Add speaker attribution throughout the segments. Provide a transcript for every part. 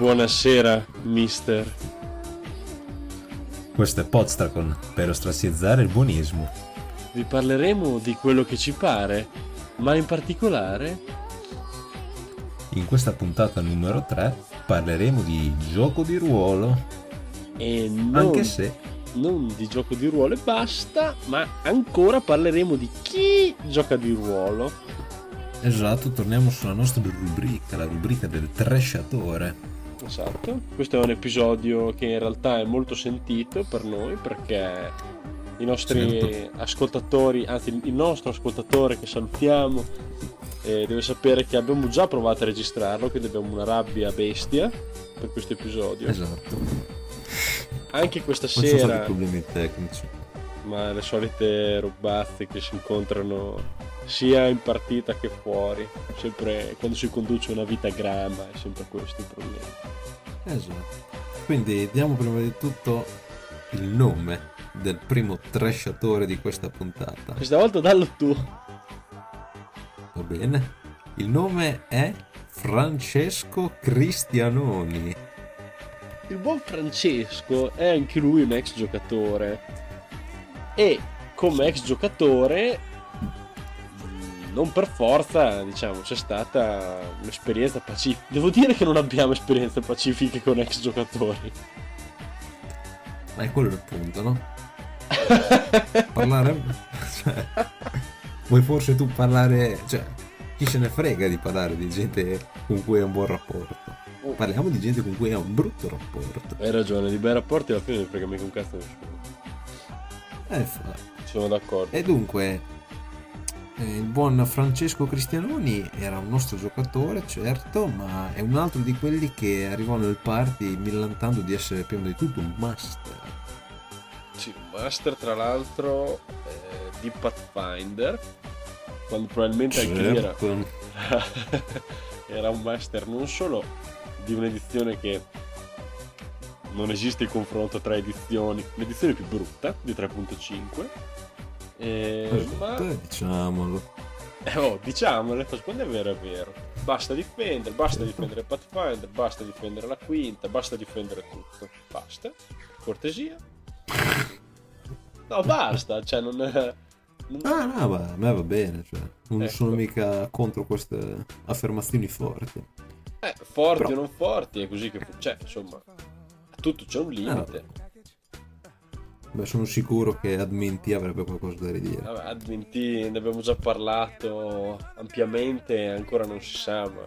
Speaker 1: Buonasera, mister.
Speaker 2: Questo è Podstracon, per ostracizzare il buonismo.
Speaker 1: Vi parleremo di quello che ci pare, ma in particolare...
Speaker 2: In questa puntata numero 3 parleremo di gioco di ruolo.
Speaker 1: E non,
Speaker 2: Anche se...
Speaker 1: non di gioco di ruolo e basta, ma ancora parleremo di chi gioca di ruolo.
Speaker 2: Esatto, torniamo sulla nostra rubrica, la rubrica del trasciatore.
Speaker 1: Esatto, questo è un episodio che in realtà è molto sentito per noi perché i nostri ascoltatori, anzi il nostro ascoltatore che salutiamo, deve sapere che abbiamo già provato a registrarlo, quindi abbiamo una rabbia bestia per questo episodio.
Speaker 2: Esatto.
Speaker 1: Anche questa
Speaker 2: Non sono
Speaker 1: sera,
Speaker 2: stati problemi tecnici.
Speaker 1: ma le solite robazze che si incontrano sia in partita che fuori, sempre quando si conduce una vita grama, è sempre questo il problema.
Speaker 2: Esatto. Quindi diamo prima di tutto il nome del primo trasciatore di questa puntata.
Speaker 1: Questa volta dallo tu.
Speaker 2: Va bene? Il nome è Francesco Cristianoni.
Speaker 1: Il buon Francesco è anche lui un ex giocatore e come ex giocatore non per forza, diciamo, c'è stata un'esperienza pacifica. Devo dire che non abbiamo esperienze pacifiche con ex giocatori.
Speaker 2: Ma è quello il punto, no? Parlare... Cioè, vuoi forse tu parlare... Cioè, chi se ne frega di parlare di gente con cui hai un buon rapporto? Parliamo di gente con cui hai un brutto rapporto.
Speaker 1: Hai ragione, di bei rapporti alla fine non frega mica un cazzo nessuno. Sono d'accordo.
Speaker 2: E dunque... il buon Francesco Cristianoni era un nostro giocatore, certo, ma è un altro di quelli che arrivò nel party millantando di essere prima di tutto un master.
Speaker 1: Sì, un master tra l'altro di Pathfinder, quando probabilmente anche lì era un master non solo di un'edizione che non esiste il confronto tra edizioni, l'edizione più brutta di 3.5. Ma
Speaker 2: diciamolo.
Speaker 1: Diciamolo, quando è vero. Basta difendere Pathfinder, basta difendere la quinta, basta difendere tutto. Basta. Cortesia. No, basta, cioè non è...
Speaker 2: No, ma a me va bene, cioè. Non sono mica contro queste affermazioni forti.
Speaker 1: Forti
Speaker 2: Però...
Speaker 1: o non forti, è così che... Cioè, insomma, a tutto c'è un limite.
Speaker 2: Beh, sono sicuro che Admin T avrebbe qualcosa da ridire.
Speaker 1: Vabbè, Admin T ne abbiamo già parlato ampiamente, ancora non si sa, ma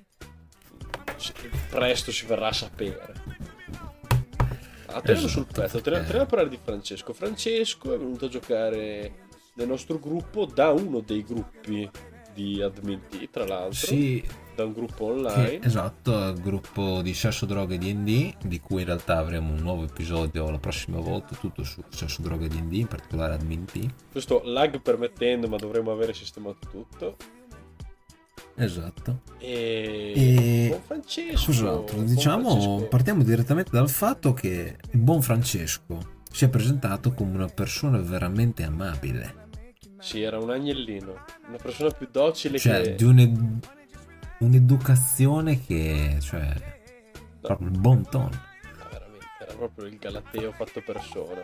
Speaker 1: presto si verrà a sapere. Teniamo sul pezzo, torniamo a parlare di Francesco. Francesco è venuto a giocare nel nostro gruppo da uno dei gruppi di Admin T, tra l'altro.
Speaker 2: Sì.
Speaker 1: Da un gruppo online.
Speaker 2: Esatto, il gruppo di Sesso, Droga e D&D, di cui in realtà avremo un nuovo episodio la prossima volta, tutto su Sesso, Droga e D&D, in particolare Admin T.
Speaker 1: Questo lag permettendo, ma dovremmo avere sistemato tutto.
Speaker 2: Esatto.
Speaker 1: E buon Francesco.
Speaker 2: Cos'altro? Diciamo,
Speaker 1: Francesco.
Speaker 2: partiamo direttamente dal fatto che il buon Francesco si è presentato come una persona veramente amabile.
Speaker 1: Sì, era un agnellino, una persona più docile,
Speaker 2: cioè,
Speaker 1: che...
Speaker 2: di un'educazione che, cioè, proprio il bon ton.
Speaker 1: Veramente, era proprio il galateo fatto persona.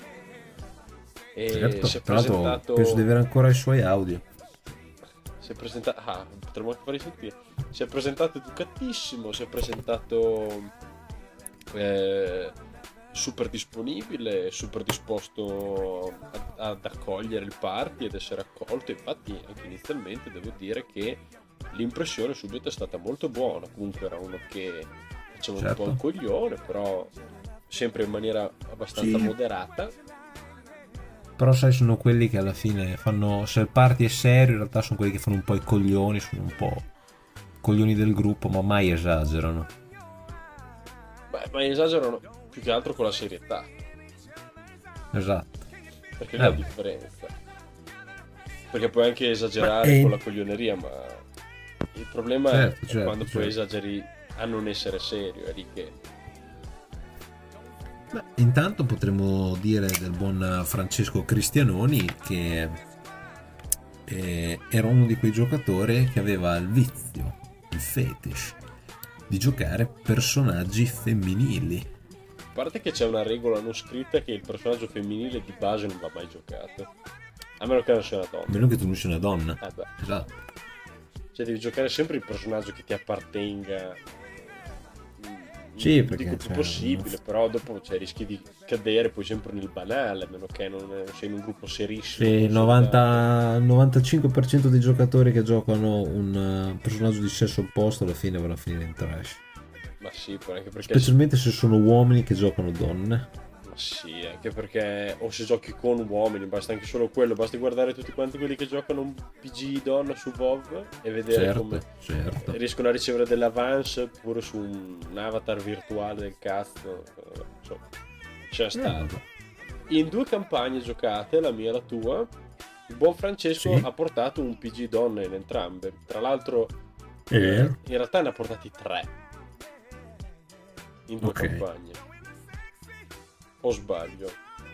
Speaker 1: E
Speaker 2: Certo,
Speaker 1: si è
Speaker 2: tra l'altro
Speaker 1: presentato...
Speaker 2: penso di avere ancora i suoi audio.
Speaker 1: Si è presentato... potremmo anche farli sentire. Si è presentato educatissimo, si è presentato super disponibile, super disposto ad accogliere il party ed essere accolto. Infatti anche inizialmente devo dire che l'impressione subito è stata molto buona. Comunque era uno che faceva un po' il coglione, però sempre in maniera abbastanza moderata.
Speaker 2: Però sai, sono quelli che alla fine fanno, se il party è serio in realtà sono quelli che fanno un po' i coglioni, sono un po' coglioni del gruppo, ma mai esagerano.
Speaker 1: Beh, ma esagerano più che altro con la serietà.
Speaker 2: Esatto.
Speaker 1: Perché è la differenza. Perché puoi anche esagerare con la coglioneria, ma il problema è quando poi esageri a non essere serio, è lì che...
Speaker 2: Beh, intanto potremmo dire del buon Francesco Cristianoni che era uno di quei giocatori che aveva il vizio, il fetish di giocare personaggi femminili.
Speaker 1: A parte che c'è una regola non scritta che il personaggio femminile di base non va mai giocato. A meno che non sia una
Speaker 2: A
Speaker 1: donna.
Speaker 2: meno che tu non sia una donna.
Speaker 1: Beh.
Speaker 2: Esatto.
Speaker 1: Cioè devi giocare sempre il personaggio che ti appartenga.
Speaker 2: Sì,
Speaker 1: Non
Speaker 2: perché
Speaker 1: dico il più
Speaker 2: cioè,
Speaker 1: possibile, però dopo rischi di cadere poi sempre nel banale, a meno che non sei in un gruppo serissimo.
Speaker 2: sì,
Speaker 1: consolidato.
Speaker 2: 95% dei giocatori che giocano un personaggio di sesso opposto alla fine vanno a finire in trash.
Speaker 1: Ma sì, anche perché
Speaker 2: Specialmente se sono uomini che giocano donne.
Speaker 1: ma sì, anche perché o se giochi con uomini, basta anche solo quello, basta guardare tutti quanti quelli che giocano un PG donna su WoW e vedere come
Speaker 2: Certo.
Speaker 1: riescono a ricevere dell'avance pure su un avatar virtuale del cazzo. Insomma, c'è stato. In 2 campagne giocate, la mia e la tua, il buon Francesco
Speaker 2: Sì.
Speaker 1: ha portato un PG donna in entrambe. Tra l'altro,
Speaker 2: Eh.
Speaker 1: in realtà ne ha portati 3 in 2
Speaker 2: Ok.
Speaker 1: campagne. O sbaglio?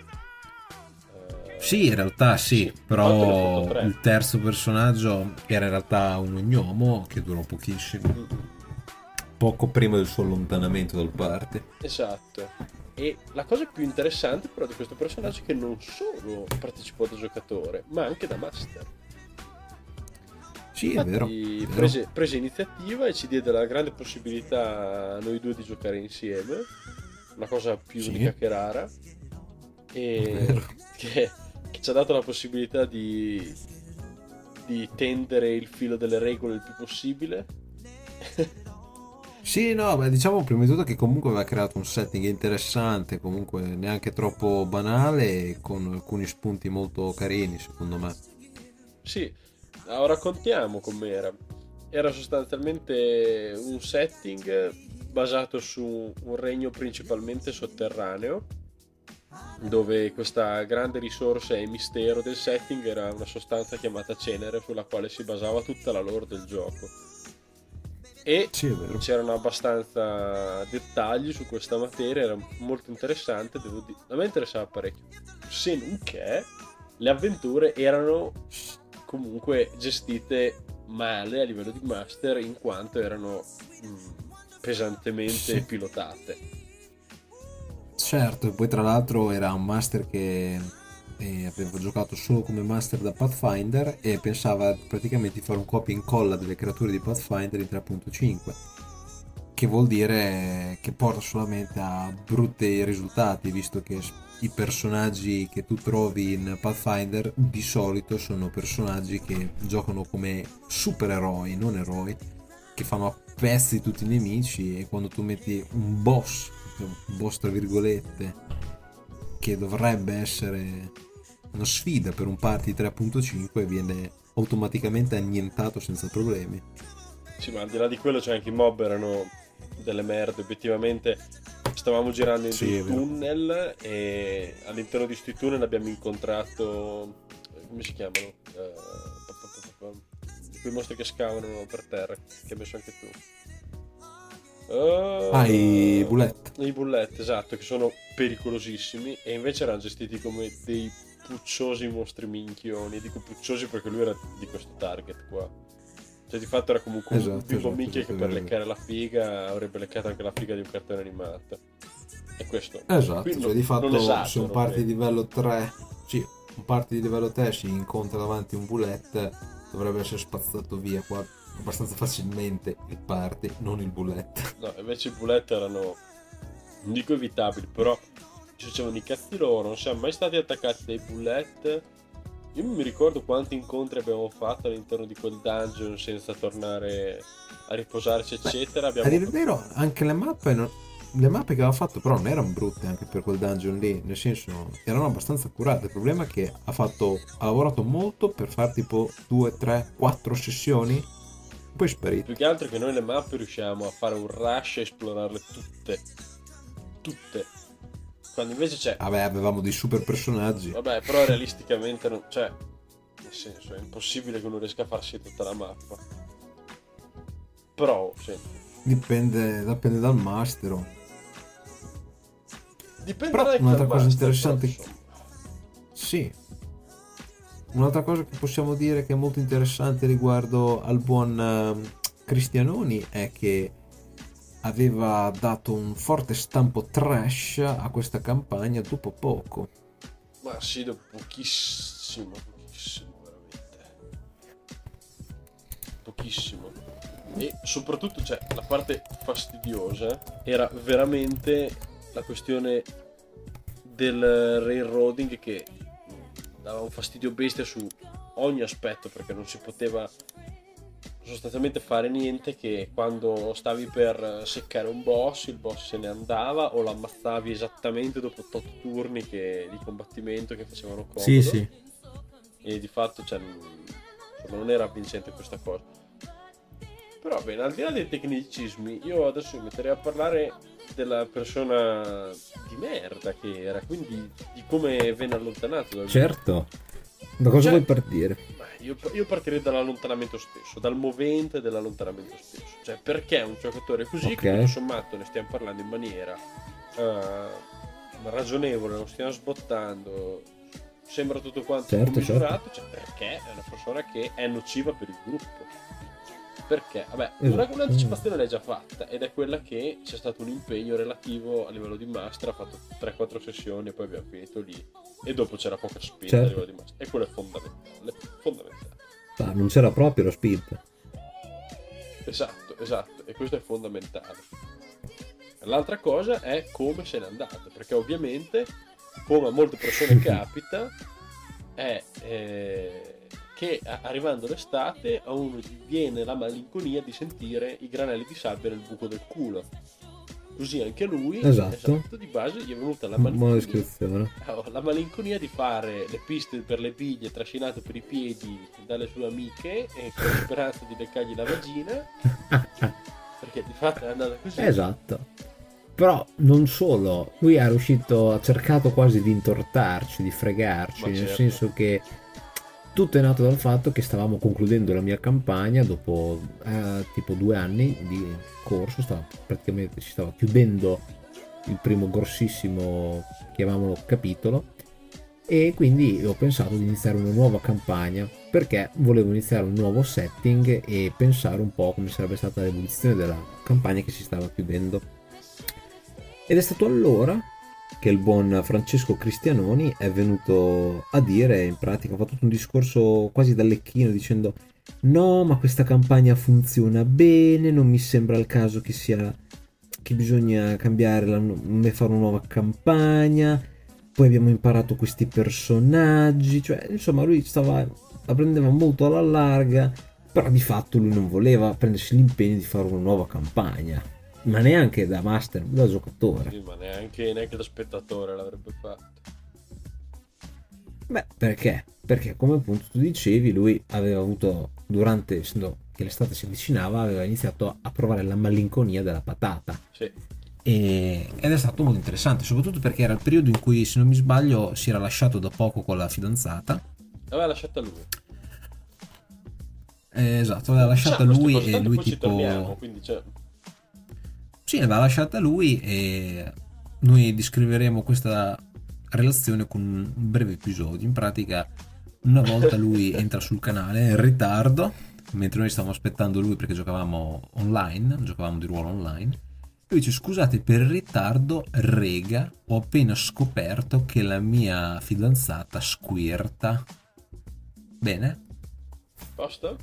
Speaker 2: Sì, in realtà sì,
Speaker 1: Sì,
Speaker 2: però
Speaker 1: infatti ne ho fatto 3.
Speaker 2: il terzo personaggio era in realtà un gnomo che durò pochissimo, poco prima del suo allontanamento dal party.
Speaker 1: Esatto. E la cosa più interessante però di questo personaggio è che non solo partecipò da giocatore, ma anche da master.
Speaker 2: Sì, è vero.
Speaker 1: Infatti
Speaker 2: è vero.
Speaker 1: prese iniziativa e ci diede la grande possibilità a noi due di giocare insieme, una cosa più
Speaker 2: Sì.
Speaker 1: unica che rara, e
Speaker 2: Vero.
Speaker 1: che ci ha dato la possibilità di tendere il filo delle regole il più possibile.
Speaker 2: Sì, no, beh, diciamo prima di tutto che comunque aveva creato un setting interessante, comunque neanche troppo banale, e con alcuni spunti molto carini, secondo me.
Speaker 1: Sì, ora raccontiamo com'era. Era sostanzialmente un setting basato su un regno principalmente sotterraneo, dove questa grande risorsa e mistero del setting era una sostanza chiamata cenere sulla quale si basava tutta la lore del gioco. E
Speaker 2: Sì, è vero.
Speaker 1: c'erano abbastanza dettagli su questa materia, era molto interessante, devo dire. A me interessava parecchio, se non che le avventure erano comunque gestite male a livello di master, in quanto erano pesantemente
Speaker 2: Sì.
Speaker 1: pilotate.
Speaker 2: Certo, e poi tra l'altro era un master che aveva giocato solo come master da Pathfinder e pensava praticamente di fare un copia e incolla delle creature di Pathfinder in 3.5, che vuol dire che porta solamente a brutti risultati, visto che i personaggi che tu trovi in Pathfinder di solito sono personaggi che giocano come supereroi, non eroi, che fanno a pezzi tutti i nemici, e quando tu metti un boss tra virgolette, che dovrebbe essere una sfida per un party 3.5, viene automaticamente annientato senza problemi.
Speaker 1: Sì, ma al di là di quello, cioè anche i mob erano delle merde. Obiettivamente stavamo girando in
Speaker 2: Sì,
Speaker 1: dei
Speaker 2: è vero.
Speaker 1: tunnel e all'interno di questi tunnel abbiamo incontrato, come si chiamano? Quei mostri che scavano per terra, che hai messo anche tu.
Speaker 2: I bullet.
Speaker 1: I bullet, esatto, che sono pericolosissimi e invece erano gestiti come dei pucciosi mostri minchioni. E dico pucciosi perché lui era di questo target qua. Cioè di fatto era comunque un bimbo minchia che per leccare la figa avrebbe leccato anche la figa di un cartone animato. E questo
Speaker 2: Esatto,
Speaker 1: qui
Speaker 2: cioè di fatto
Speaker 1: non
Speaker 2: se
Speaker 1: esatto,
Speaker 2: un party di livello 3, sì, un party di livello 3 si incontra davanti un bullet, dovrebbe essere spazzato via qua abbastanza facilmente il party, non il bullet.
Speaker 1: no, invece i bullet erano, non dico evitabili, però ci facevano i cazzi loro, non siamo mai stati attaccati dai bullet. Io non mi ricordo quanti incontri abbiamo fatto all'interno di quel dungeon senza tornare a riposarci, eccetera.
Speaker 2: A dire il vero, anche le mappe, le mappe che aveva fatto però non erano brutte anche per quel dungeon lì, nel senso erano abbastanza accurate. Il problema è che ha lavorato molto per fare tipo 2, 3, 4 sessioni, poi è sparito.
Speaker 1: Più che altro che noi le mappe riusciamo a fare un rush e esplorarle tutte. Quando invece c'è,
Speaker 2: Vabbè, avevamo dei super personaggi.
Speaker 1: vabbè, però realisticamente non, cioè, nel senso, è impossibile che uno riesca a farsi tutta la mappa. Però, sì.
Speaker 2: Dipende dal mastero.
Speaker 1: Dipende
Speaker 2: Però
Speaker 1: anche
Speaker 2: un'altra
Speaker 1: dal
Speaker 2: cosa
Speaker 1: master,
Speaker 2: interessante,
Speaker 1: però, insomma.
Speaker 2: sì, un'altra cosa che possiamo dire che è molto interessante riguardo al buon Cristianoni è che aveva dato un forte stampo trash a questa campagna dopo poco.
Speaker 1: Ma sì, dopo pochissimo, veramente. Pochissimo. E soprattutto, cioè, la parte fastidiosa era veramente la questione del railroading, che dava un fastidio bestia su ogni aspetto, perché non si poteva sostanzialmente fare niente, che quando stavi per seccare un boss, il boss se ne andava o l'ammazzavi esattamente dopo 8 turni di combattimento che facevano comodo.
Speaker 2: Sì, sì.
Speaker 1: E di fatto, cioè, insomma, non era vincente questa cosa. Però bene, al di là dei tecnicismi, io adesso mi metterei a parlare della persona di merda che era, quindi di come venne allontanato dal
Speaker 2: Certo. Da cosa
Speaker 1: Cioè,
Speaker 2: vuoi partire?
Speaker 1: io partirei dall'allontanamento stesso, dal movente dell'allontanamento stesso. Cioè, perché un giocatore così,
Speaker 2: Ok.
Speaker 1: che tutto sommato ne stiamo parlando in maniera ragionevole, non stiamo sbottando, sembra tutto quanto
Speaker 2: Certo,
Speaker 1: commisurato, cioè perché è una persona che è nociva per il gruppo. Perché? Vabbè,
Speaker 2: Esatto.
Speaker 1: un'anticipazione l'hai già fatta, ed è quella che c'è stato un impegno relativo a livello di master, ha fatto 3-4 sessioni e poi abbiamo finito lì, e dopo c'era poca spinta
Speaker 2: Certo.
Speaker 1: a livello di master, e quello è fondamentale, fondamentale.
Speaker 2: Ah, non c'era proprio la spinta.
Speaker 1: Esatto, e questo è fondamentale. L'altra cosa è come se n'è andato, perché ovviamente, come a molte persone capita, è che arrivando l'estate a uno gli viene la malinconia di sentire i granelli di sabbia nel buco del culo. Così anche lui,
Speaker 2: Esatto.
Speaker 1: di base gli è venuta la
Speaker 2: Buona
Speaker 1: malinconia,
Speaker 2: descrizione.
Speaker 1: la malinconia di fare le piste per le biglie trascinato per i piedi dalle sue amiche, e con la speranza di leccargli la vagina, perché di fatto è andata così.
Speaker 2: Esatto. Però non solo, lui ha cercato quasi di intortarci, di fregarci,
Speaker 1: Ma
Speaker 2: nel
Speaker 1: certo.
Speaker 2: senso che tutto è nato dal fatto che stavamo concludendo la mia campagna dopo tipo 2 anni di corso, praticamente si stava chiudendo il primo grossissimo, chiamiamolo, capitolo, e quindi ho pensato di iniziare una nuova campagna perché volevo iniziare un nuovo setting e pensare un po' come sarebbe stata l'evoluzione della campagna che si stava chiudendo. Ed è stato allora che il buon Francesco Cristianoni è venuto a dire, in pratica ha fatto tutto un discorso quasi da lecchino dicendo: no, ma questa campagna funziona bene, non mi sembra il caso che bisogna cambiare, fare una nuova campagna, poi abbiamo imparato questi personaggi, cioè insomma lui la prendeva molto alla larga, però di fatto lui non voleva prendersi l'impegno di fare una nuova campagna, ma neanche da master, da giocatore.
Speaker 1: Sì, ma neanche da spettatore l'avrebbe fatto.
Speaker 2: Beh, perché? Perché come appunto tu dicevi, lui aveva avuto, essendo che l'estate si avvicinava, aveva iniziato a provare la malinconia della patata.
Speaker 1: Sì.
Speaker 2: Ed è stato molto interessante, soprattutto perché era il periodo in cui, se non mi sbaglio, si era lasciato da poco con la fidanzata.
Speaker 1: L'aveva lasciata lui.
Speaker 2: Esatto, l'aveva lasciata lui
Speaker 1: cose,
Speaker 2: e lui
Speaker 1: poi
Speaker 2: tipo...
Speaker 1: ci torniamo, quindi cioè...
Speaker 2: Sì, l'aveva lasciata lui e noi descriveremo questa relazione con un breve episodio. In pratica, una volta lui entra sul canale in ritardo, mentre noi stavamo aspettando lui perché giocavamo di ruolo online. Lui dice: scusate per il ritardo, rega, ho appena scoperto che la mia fidanzata squirta. Bene?
Speaker 1: Basta?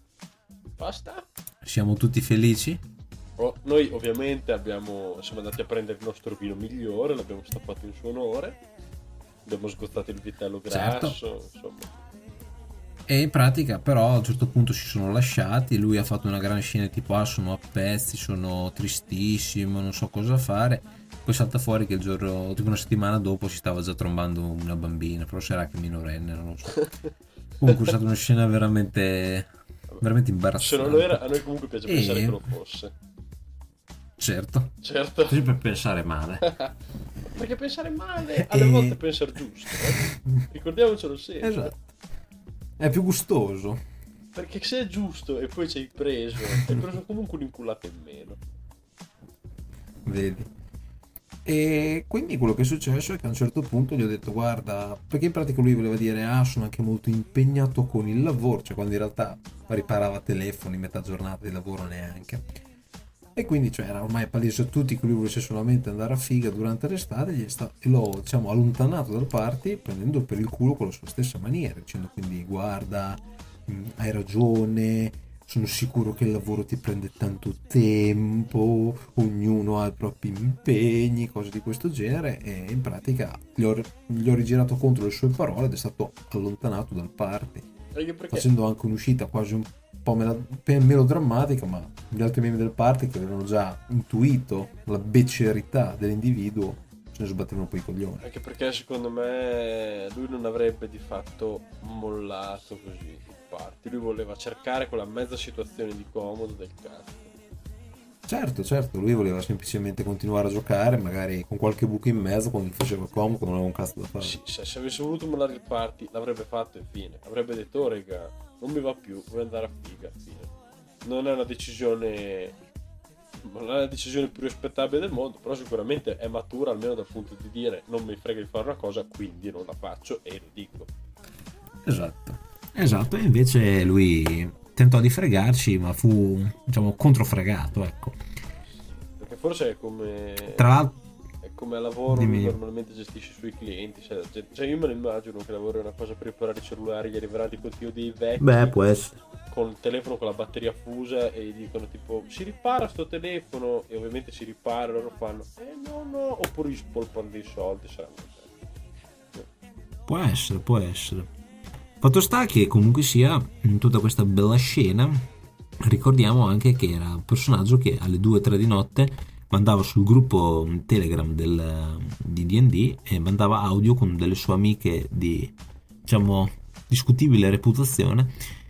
Speaker 2: Siamo tutti felici?
Speaker 1: Noi ovviamente siamo andati a prendere il nostro vino migliore, l'abbiamo stappato in suo onore, abbiamo sgozzato il vitello grasso,
Speaker 2: Certo.
Speaker 1: insomma.
Speaker 2: E in pratica però a un certo punto si sono lasciati, lui ha fatto una gran scena tipo sono a pezzi, sono tristissimo, non so cosa fare, poi salta fuori che il giorno, tipo una settimana dopo, si stava già trombando una bambina, però sarà che minorenne, non lo so. Comunque è stata una scena veramente imbarazzante.
Speaker 1: Se non lo era, a noi comunque piace pensare che lo fosse.
Speaker 2: Certo.
Speaker 1: Così
Speaker 2: per pensare male.
Speaker 1: Perché pensare male alle volte è pensare giusto, ricordiamocelo sempre.
Speaker 2: Esatto. È più gustoso.
Speaker 1: Perché se è giusto e poi ci hai preso, hai preso comunque un'inculata in meno.
Speaker 2: Vedi. E quindi quello che è successo è che a un certo punto gli ho detto: guarda, perché in pratica lui voleva dire sono anche molto impegnato con il lavoro, cioè quando in realtà riparava telefoni, metà giornata di lavoro neanche. E quindi cioè, era ormai palese a tutti che lui volesse solamente andare a figa durante l'estate e l'ho diciamo, allontanato dal party prendendo per il culo con la sua stessa maniera, dicendo quindi guarda, hai ragione, sono sicuro che il lavoro ti prende tanto tempo, ognuno ha i propri impegni, cose di questo genere, e in pratica gli ho rigirato contro le sue parole ed è stato allontanato dal party,
Speaker 1: Anche perché
Speaker 2: facendo anche un'uscita quasi un po' melodrammatica, ma gli altri membri del party che avevano già intuito la beccerità dell'individuo se ne sbattevano poi i coglioni.
Speaker 1: Anche perché secondo me lui non avrebbe di fatto mollato così il party. Lui voleva cercare quella mezza situazione di comodo del cazzo.
Speaker 2: Certo, lui voleva semplicemente continuare a giocare, magari con qualche buco in mezzo quando gli faceva comodo, quando non aveva un cazzo da fare.
Speaker 1: Sì, se avesse voluto mollare il party l'avrebbe fatto e fine. Avrebbe detto, oh raga, non mi va più, voglio andare a figa, fine. Non è una decisione più rispettabile del mondo, però sicuramente è matura almeno dal punto di dire non mi frega di fare una cosa, quindi non la faccio e lo dico.
Speaker 2: Esatto, e invece lui tentò di fregarci, ma fu, diciamo, controfregato, ecco.
Speaker 1: Perché forse è come
Speaker 2: Tra l'altro,
Speaker 1: è come a lavoro
Speaker 2: dimmi.
Speaker 1: lui normalmente gestisce i suoi clienti, cioè io me lo immagino che lavora una cosa per riparare i cellulari, gli arriverà tipo il dei vecchi
Speaker 2: Beh, può essere.
Speaker 1: con il telefono con la batteria fusa e gli dicono tipo si ripara sto telefono e ovviamente si ripara e loro fanno no, oppure gli spolpano dei soldi, saranno
Speaker 2: Può essere. Fatto sta che comunque sia, in tutta questa bella scena, ricordiamo anche che era un personaggio che alle 2-3 di notte mandava sul gruppo Telegram di D&D e mandava audio con delle sue amiche di, diciamo, discutibile reputazione,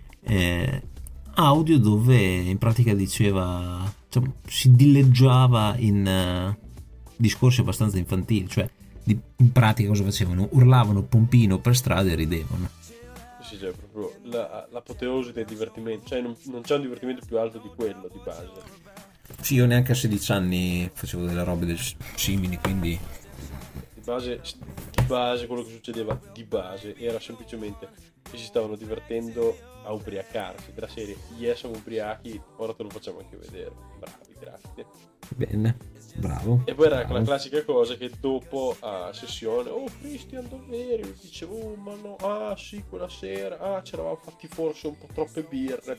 Speaker 2: audio dove in pratica diceva, diciamo, si dileggiava in discorsi abbastanza infantili, cioè in pratica cosa facevano? Urlavano pompino per strada e ridevano.
Speaker 1: sì, cioè proprio l'apoteosi del divertimento, cioè non c'è un divertimento più alto di quello di base.
Speaker 2: Sì, io neanche a 16 anni facevo delle robe simili, quindi
Speaker 1: Di base quello che succedeva di base era semplicemente che si stavano divertendo a ubriacarsi, della serie siamo ubriachi, ora te lo facciamo anche vedere. Bravi, grazie.
Speaker 2: bene, bravo.
Speaker 1: E poi era la classica cosa che dopo a sessione, oh Christian dov'eri? Dicevo, oh ma no, ah sì quella sera, ci eravamo fatti forse un po' troppe birre.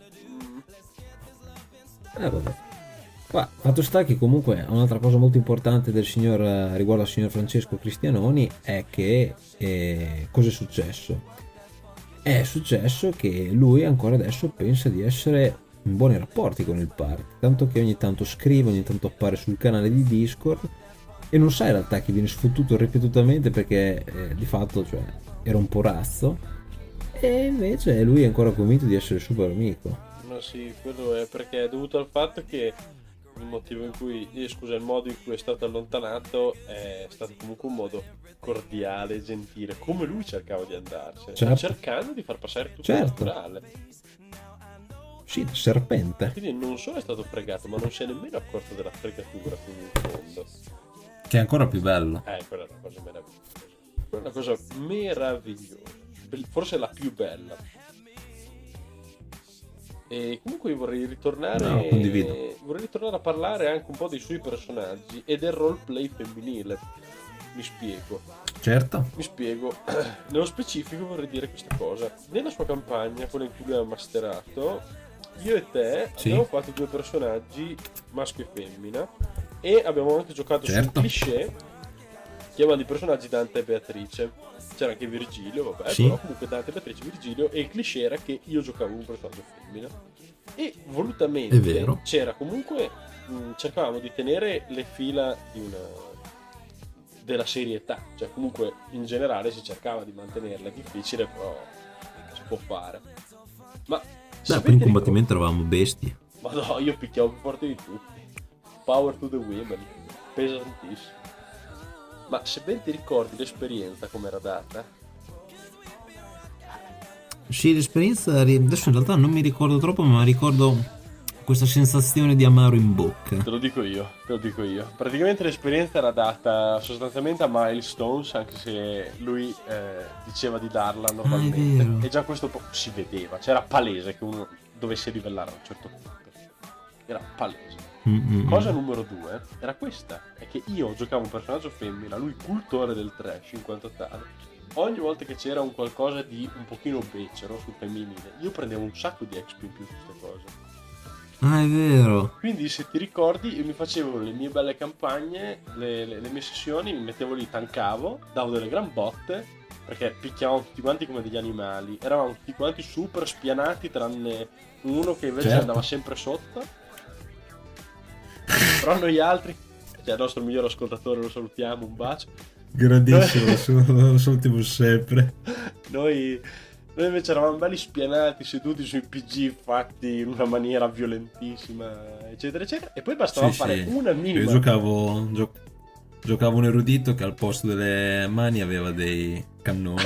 Speaker 2: Vabbè. Qua, fatto sta che comunque un'altra cosa molto importante del signor riguardo al signor Francesco Cristianoni è che cosa è successo? È successo che lui ancora adesso pensa di essere in buoni rapporti con il party, tanto che ogni tanto scrive, ogni tanto appare sul canale di Discord e non sa in realtà che viene sfottuto ripetutamente perché di fatto cioè, era un po' razzo, e invece lui è ancora convinto di essere super amico.
Speaker 1: Ma sì, quello è perché è dovuto al fatto che il motivo in cui, scusa, il modo in cui è stato allontanato è stato comunque un modo cordiale, gentile, come lui cercava di andarsene,
Speaker 2: Certo.
Speaker 1: cercando di far passare tutto
Speaker 2: Certo.
Speaker 1: naturale.
Speaker 2: Sì, serpente.
Speaker 1: Quindi non solo è stato fregato, ma non si è nemmeno accorto della fregatura fino in fondo.
Speaker 2: Che è ancora più bello.
Speaker 1: Quella è una cosa meravigliosa. Quella è una cosa meravigliosa. Forse la più bella. E comunque io vorrei ritornare a parlare anche un po' dei suoi personaggi e del roleplay femminile. Mi spiego.
Speaker 2: Certo.
Speaker 1: Mi spiego. Nello specifico vorrei dire questa cosa. Nella sua campagna, quella in cui lui ha masterato, io e te abbiamo fatto due personaggi, maschio e femmina, e abbiamo anche giocato su un cliché chiamando i personaggi Dante e Beatrice. C'era anche Virgilio, vabbè, però comunque Dante, Beatrice, Virgilio, e il cliché era che io giocavo un personaggio femmina e volutamente c'era comunque cercavamo di tenere le fila della serietà, cioè comunque in generale si cercava di mantenerla, è difficile però si può fare. Ma
Speaker 2: per il combattimento eravamo bestie.
Speaker 1: Ma no, io picchiavo più forte di tutti. Power to the women, pesantissimo. Ma se ben ti ricordi l'esperienza com'era data?
Speaker 2: Sì, l'esperienza adesso in realtà non mi ricordo troppo, ma ricordo questa sensazione di amaro in bocca.
Speaker 1: Te lo dico io. Praticamente l'esperienza era data sostanzialmente a Milestones, anche se lui diceva di darla normalmente. E già questo si vedeva, c'era palese che uno dovesse livellare a un certo punto. era palese.
Speaker 2: Mm-mm.
Speaker 1: Cosa numero 2 era questa, è che io giocavo un personaggio femmina, lui cultore del trash in quanto tale. Ogni volta che c'era un qualcosa di un pochino becero sul femminile, io prendevo un sacco di XP in più su queste cose.
Speaker 2: Ah, è vero.
Speaker 1: Quindi se ti ricordi io mi facevo le mie belle campagne, le mie sessioni, mi mettevo lì, tankavo, davo delle gran botte, perché picchiavamo tutti quanti come degli animali, eravamo tutti quanti super spianati tranne uno che invece
Speaker 2: Certo.
Speaker 1: andava sempre sotto. Però noi altri, cioè il nostro miglior ascoltatore, lo salutiamo, un bacio.
Speaker 2: Grandissimo, lo salutiamo sempre.
Speaker 1: Noi invece eravamo belli spianati, seduti sui PG fatti in una maniera violentissima, eccetera, eccetera. E poi bastava
Speaker 2: Sì,
Speaker 1: fare
Speaker 2: sì.
Speaker 1: una
Speaker 2: Io
Speaker 1: minima.
Speaker 2: giocavo un erudito che al posto delle mani aveva dei cannoni.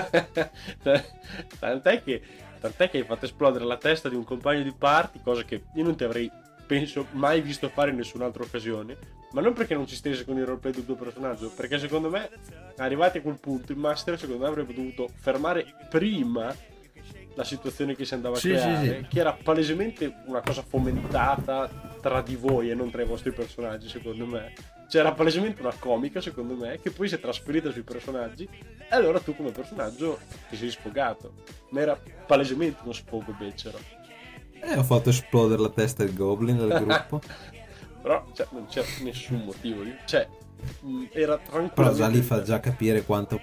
Speaker 1: Tant'è che hai fatto esplodere la testa di un compagno di party, cosa che io non ti avrei, penso, mai visto fare in nessun'altra occasione. Ma non perché non ci stesse con il roleplay del tuo personaggio, perché secondo me, arrivati a quel punto, il master secondo me avrebbe dovuto fermare prima la situazione che si andava a
Speaker 2: Sì,
Speaker 1: creare,
Speaker 2: sì, sì.
Speaker 1: che era palesemente una cosa fomentata tra di voi e non tra i vostri personaggi, secondo me. C'era palesemente una comica, secondo me, che poi si è trasferita sui personaggi, e allora tu come personaggio ti sei sfogato. Ma era palesemente uno sfogo becero.
Speaker 2: Ho fatto esplodere la testa del goblin del gruppo.
Speaker 1: Però cioè, non c'è nessun motivo. Cioè, era tranquillamente...
Speaker 2: Però già lì fa già capire quanto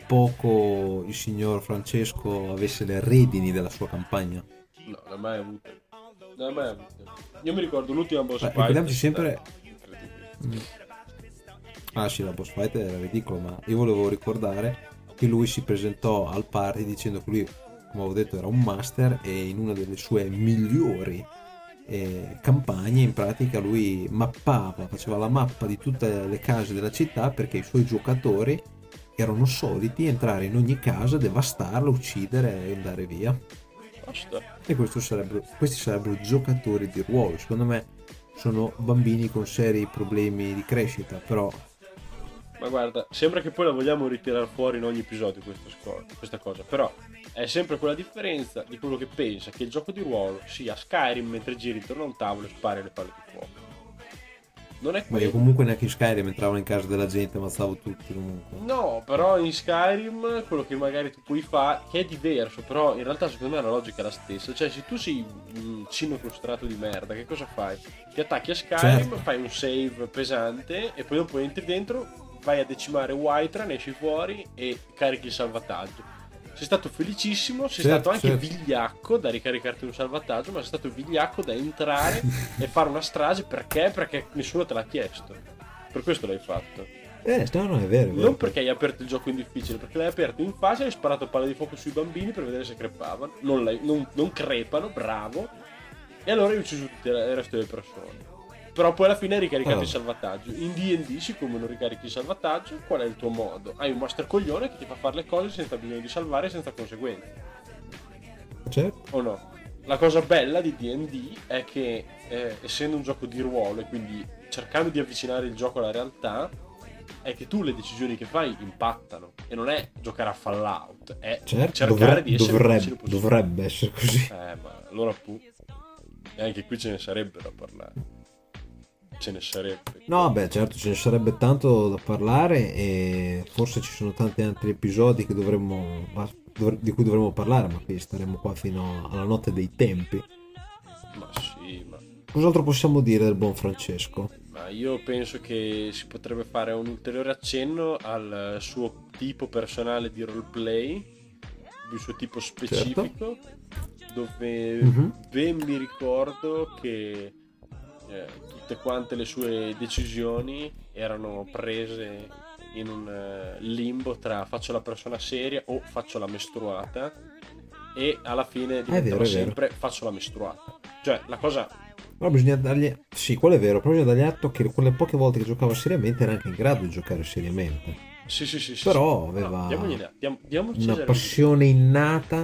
Speaker 2: poco il signor Francesco avesse le redini della sua campagna.
Speaker 1: No, non l'ha mai avuto. Non l'ha mai avuto. Io mi ricordo l'ultima boss fight.
Speaker 2: Ricordiamoci sempre...
Speaker 1: Incredibile.
Speaker 2: Ah sì, la boss fight era ridicolo, ma io volevo ricordare che lui si presentò al party dicendo che lui, come avevo detto, era un master e in una delle sue migliori campagne in pratica lui faceva la mappa di tutte le case della città perché i suoi giocatori erano soliti entrare in ogni casa, devastarla, uccidere e andare via.
Speaker 1: Basta.
Speaker 2: E questi sarebbero giocatori di ruolo. Secondo me sono bambini con seri problemi di crescita, però
Speaker 1: Ma guarda, sembra che poi la vogliamo ritirare fuori in ogni episodio questa cosa, però è sempre quella differenza di quello che pensa che il gioco di ruolo sia Skyrim mentre giri intorno a un tavolo e spari le palle di fuoco. Non è
Speaker 2: ma io
Speaker 1: quello.
Speaker 2: comunque neanche in Skyrim entravo in casa della gente, ammazzavo tutti comunque.
Speaker 1: No, però in Skyrim quello che magari tu puoi fare, che è diverso, però in realtà secondo me la logica è la stessa. Cioè, se tu sei un cino frustrato di merda, che cosa fai? Ti attacchi a Skyrim,
Speaker 2: Certo.
Speaker 1: fai un save pesante e poi dopo entri dentro, vai a decimare Whiterun, esci fuori e carichi il salvataggio. Sei stato felicissimo, sei
Speaker 2: Certo,
Speaker 1: stato anche
Speaker 2: certo.
Speaker 1: vigliacco da ricaricarti un salvataggio, ma sei stato vigliacco da entrare e fare una strage perché? Perché nessuno te l'ha chiesto. Per questo l'hai fatto.
Speaker 2: No, è vero, è vero.
Speaker 1: Non perché hai aperto il gioco in difficile, perché l'hai aperto in facile, hai sparato palle di fuoco sui bambini per vedere se crepavano. Non crepano, bravo. E allora hai ucciso tutte il resto delle persone. Però poi alla fine hai ricaricato il salvataggio. In D&D, siccome non ricarichi il salvataggio, qual è il tuo modo? Hai un master coglione che ti fa fare le cose senza bisogno di salvare e senza conseguenze.
Speaker 2: Certo.
Speaker 1: O no? La cosa bella di D&D è che, essendo un gioco di ruolo e quindi cercando di avvicinare il gioco alla realtà, è che tu le decisioni che fai impattano. E non è giocare a Fallout, è cercare di essere il vicino possibile.
Speaker 2: dovrebbe essere così.
Speaker 1: Ma allora e anche qui ce ne sarebbe da parlare. Ce ne sarebbe.
Speaker 2: No, beh, certo, ce ne sarebbe tanto da parlare e forse ci sono tanti altri episodi che di cui dovremmo parlare, ma qui staremo qua fino alla notte dei tempi.
Speaker 1: Ma sì, ma
Speaker 2: Cos'altro possiamo dire del buon Francesco?
Speaker 1: io penso che si potrebbe fare un ulteriore accenno al suo tipo personale di roleplay, il suo tipo specifico, dove ben mi ricordo che tutte quante le sue decisioni erano prese in un limbo tra faccio la persona seria o faccio la mestruata, e alla fine diventava sempre faccio la mestruata. Cioè la cosa...
Speaker 2: Però bisogna dargli... Sì, quello è vero, però bisogna dargli atto che quelle poche volte che giocava seriamente era anche in grado di giocare seriamente.
Speaker 1: Sì.
Speaker 2: Però aveva una passione innata,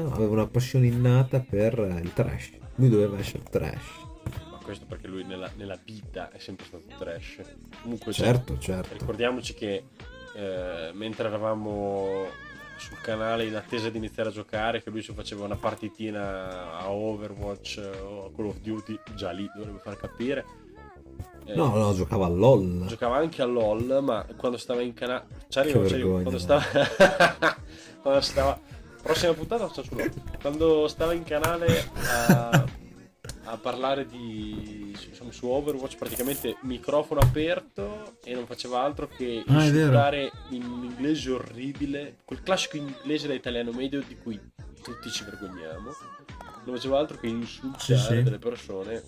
Speaker 2: per il trash. Lui doveva essere trash.
Speaker 1: Questo perché lui nella vita è sempre stato trash. Comunque
Speaker 2: certo.
Speaker 1: Ricordiamoci che mentre eravamo sul canale in attesa di iniziare a giocare, che lui si faceva una partitina a Overwatch o a Call of Duty, già lì dovrebbe far capire.
Speaker 2: No, giocava a LOL.
Speaker 1: Giocava anche a LOL, ma quando stava in canale... Quando stava... Prossima puntata sto su LOL. Quando stava in canale a parlare di, insomma, su Overwatch, praticamente microfono aperto e non faceva altro che insultare in un inglese orribile, quel classico inglese da italiano medio di cui tutti ci vergogniamo. Non faceva altro che insultare delle persone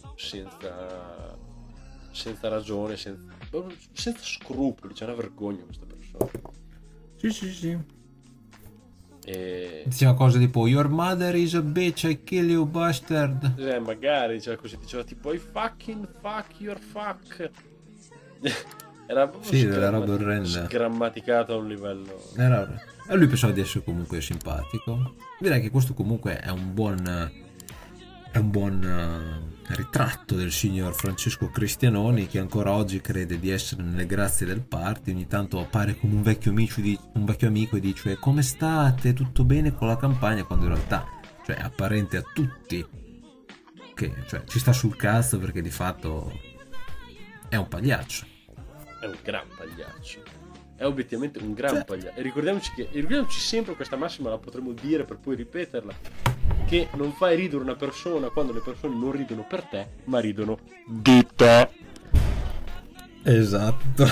Speaker 1: senza ragione, senza scrupoli. C'è una vergogna questa persona.
Speaker 2: Sì. Diceva cose tipo your mother is a bitch, I kill you bastard.
Speaker 1: Magari diceva così, diceva tipo I fucking fuck your fuck. Era proprio
Speaker 2: della roba orrenda,
Speaker 1: sgrammaticato a un livello.
Speaker 2: E lui pensava di essere comunque simpatico. Direi che questo comunque è un buon ritratto del signor Francesco Cristianoni, che ancora oggi crede di essere nelle grazie del party. Ogni tanto appare come un vecchio amico e dice come state, tutto bene con la campagna, quando in realtà è apparente a tutti che ci sta sul cazzo, perché di fatto è un pagliaccio,
Speaker 1: è un gran pagliaccio, è obiettivamente un gran pagliaccio. E ricordiamoci sempre questa massima, la potremmo dire per poi ripeterla, che non fai ridere una persona quando le persone non ridono per te, ma ridono di te.
Speaker 2: Esatto.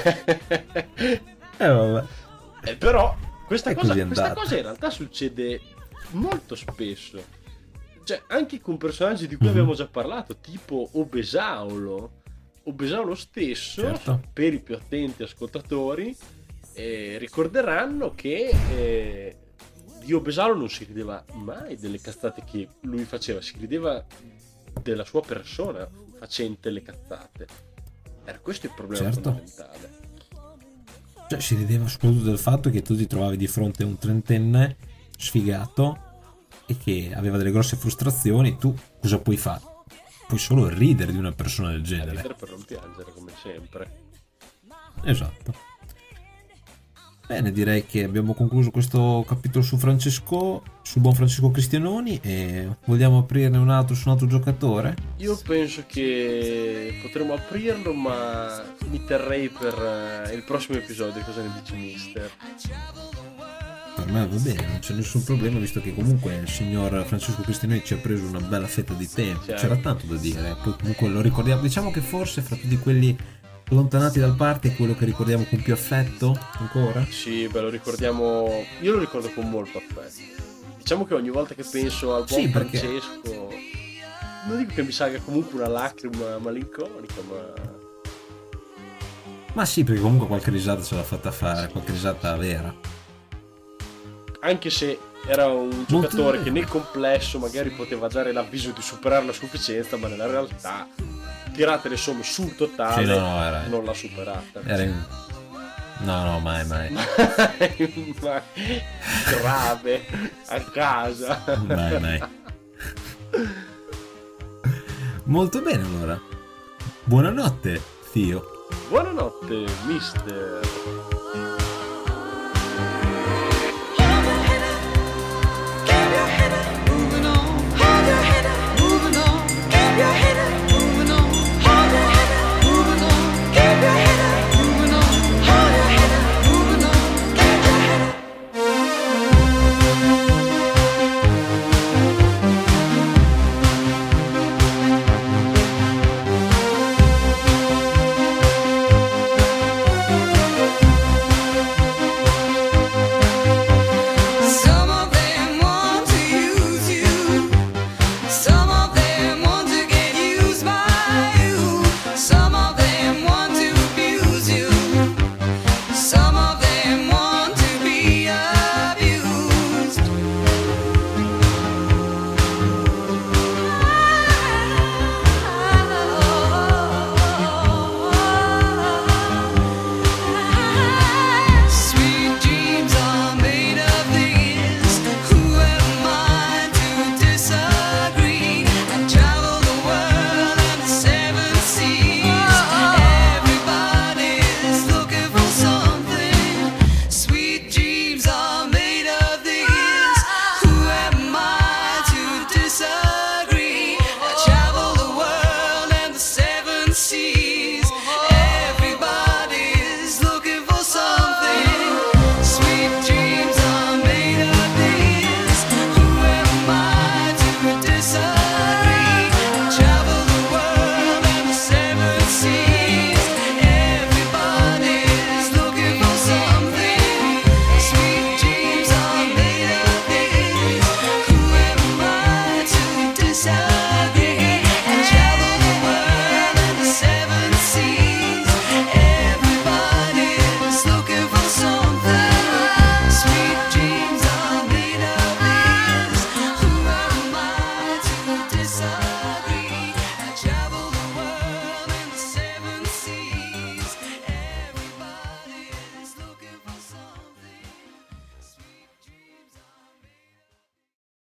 Speaker 2: Vabbè.
Speaker 1: Però questa cosa in realtà succede molto spesso, anche con personaggi di cui abbiamo già parlato, tipo Obesaolo stesso. Per i più attenti ascoltatori ricorderanno che di Obesaolo non si rideva mai delle cazzate che lui faceva, si rideva della sua persona facente le cazzate. Era questo il problema fondamentale.
Speaker 2: Si rideva soprattutto del fatto che tu ti trovavi di fronte a un trentenne sfigato e che aveva delle grosse frustrazioni. Tu cosa puoi fare? Puoi solo ridere di una persona del genere.
Speaker 1: Ridere per non piangere, come sempre.
Speaker 2: Esatto. Bene, direi che abbiamo concluso questo capitolo su buon Francesco Cristianoni, e vogliamo aprirne un altro su un altro giocatore?
Speaker 1: Io penso che potremmo aprirlo, ma mi terrei per il prossimo episodio. Cosa ne dici, mister?
Speaker 2: Per me va bene, non c'è nessun problema, visto che comunque il signor Francesco Cristianoni ci ha preso una bella fetta di tempo. C'era tanto da dire, poi comunque lo ricordiamo. Diciamo che forse fra tutti quelli allontanati dal party è quello che ricordiamo con più affetto ancora.
Speaker 1: Sì, lo ricordiamo. Io lo ricordo con molto affetto. Diciamo che ogni volta che penso al buon Francesco, non dico che mi salga comunque una lacrima malinconica,
Speaker 2: ma sì, perché comunque qualche risata ce l'ha fatta fare, qualche risata vera.
Speaker 1: Anche se era un giocatore che nel complesso magari poteva dare l'avviso di superare la sufficienza, ma nella realtà, tirate le somme sul totale, non l'ha superata.
Speaker 2: No, mai.
Speaker 1: Grave, a casa.
Speaker 2: Mai. Molto bene, allora. Buonanotte, Fio.
Speaker 1: Buonanotte, mister.
Speaker 3: sound.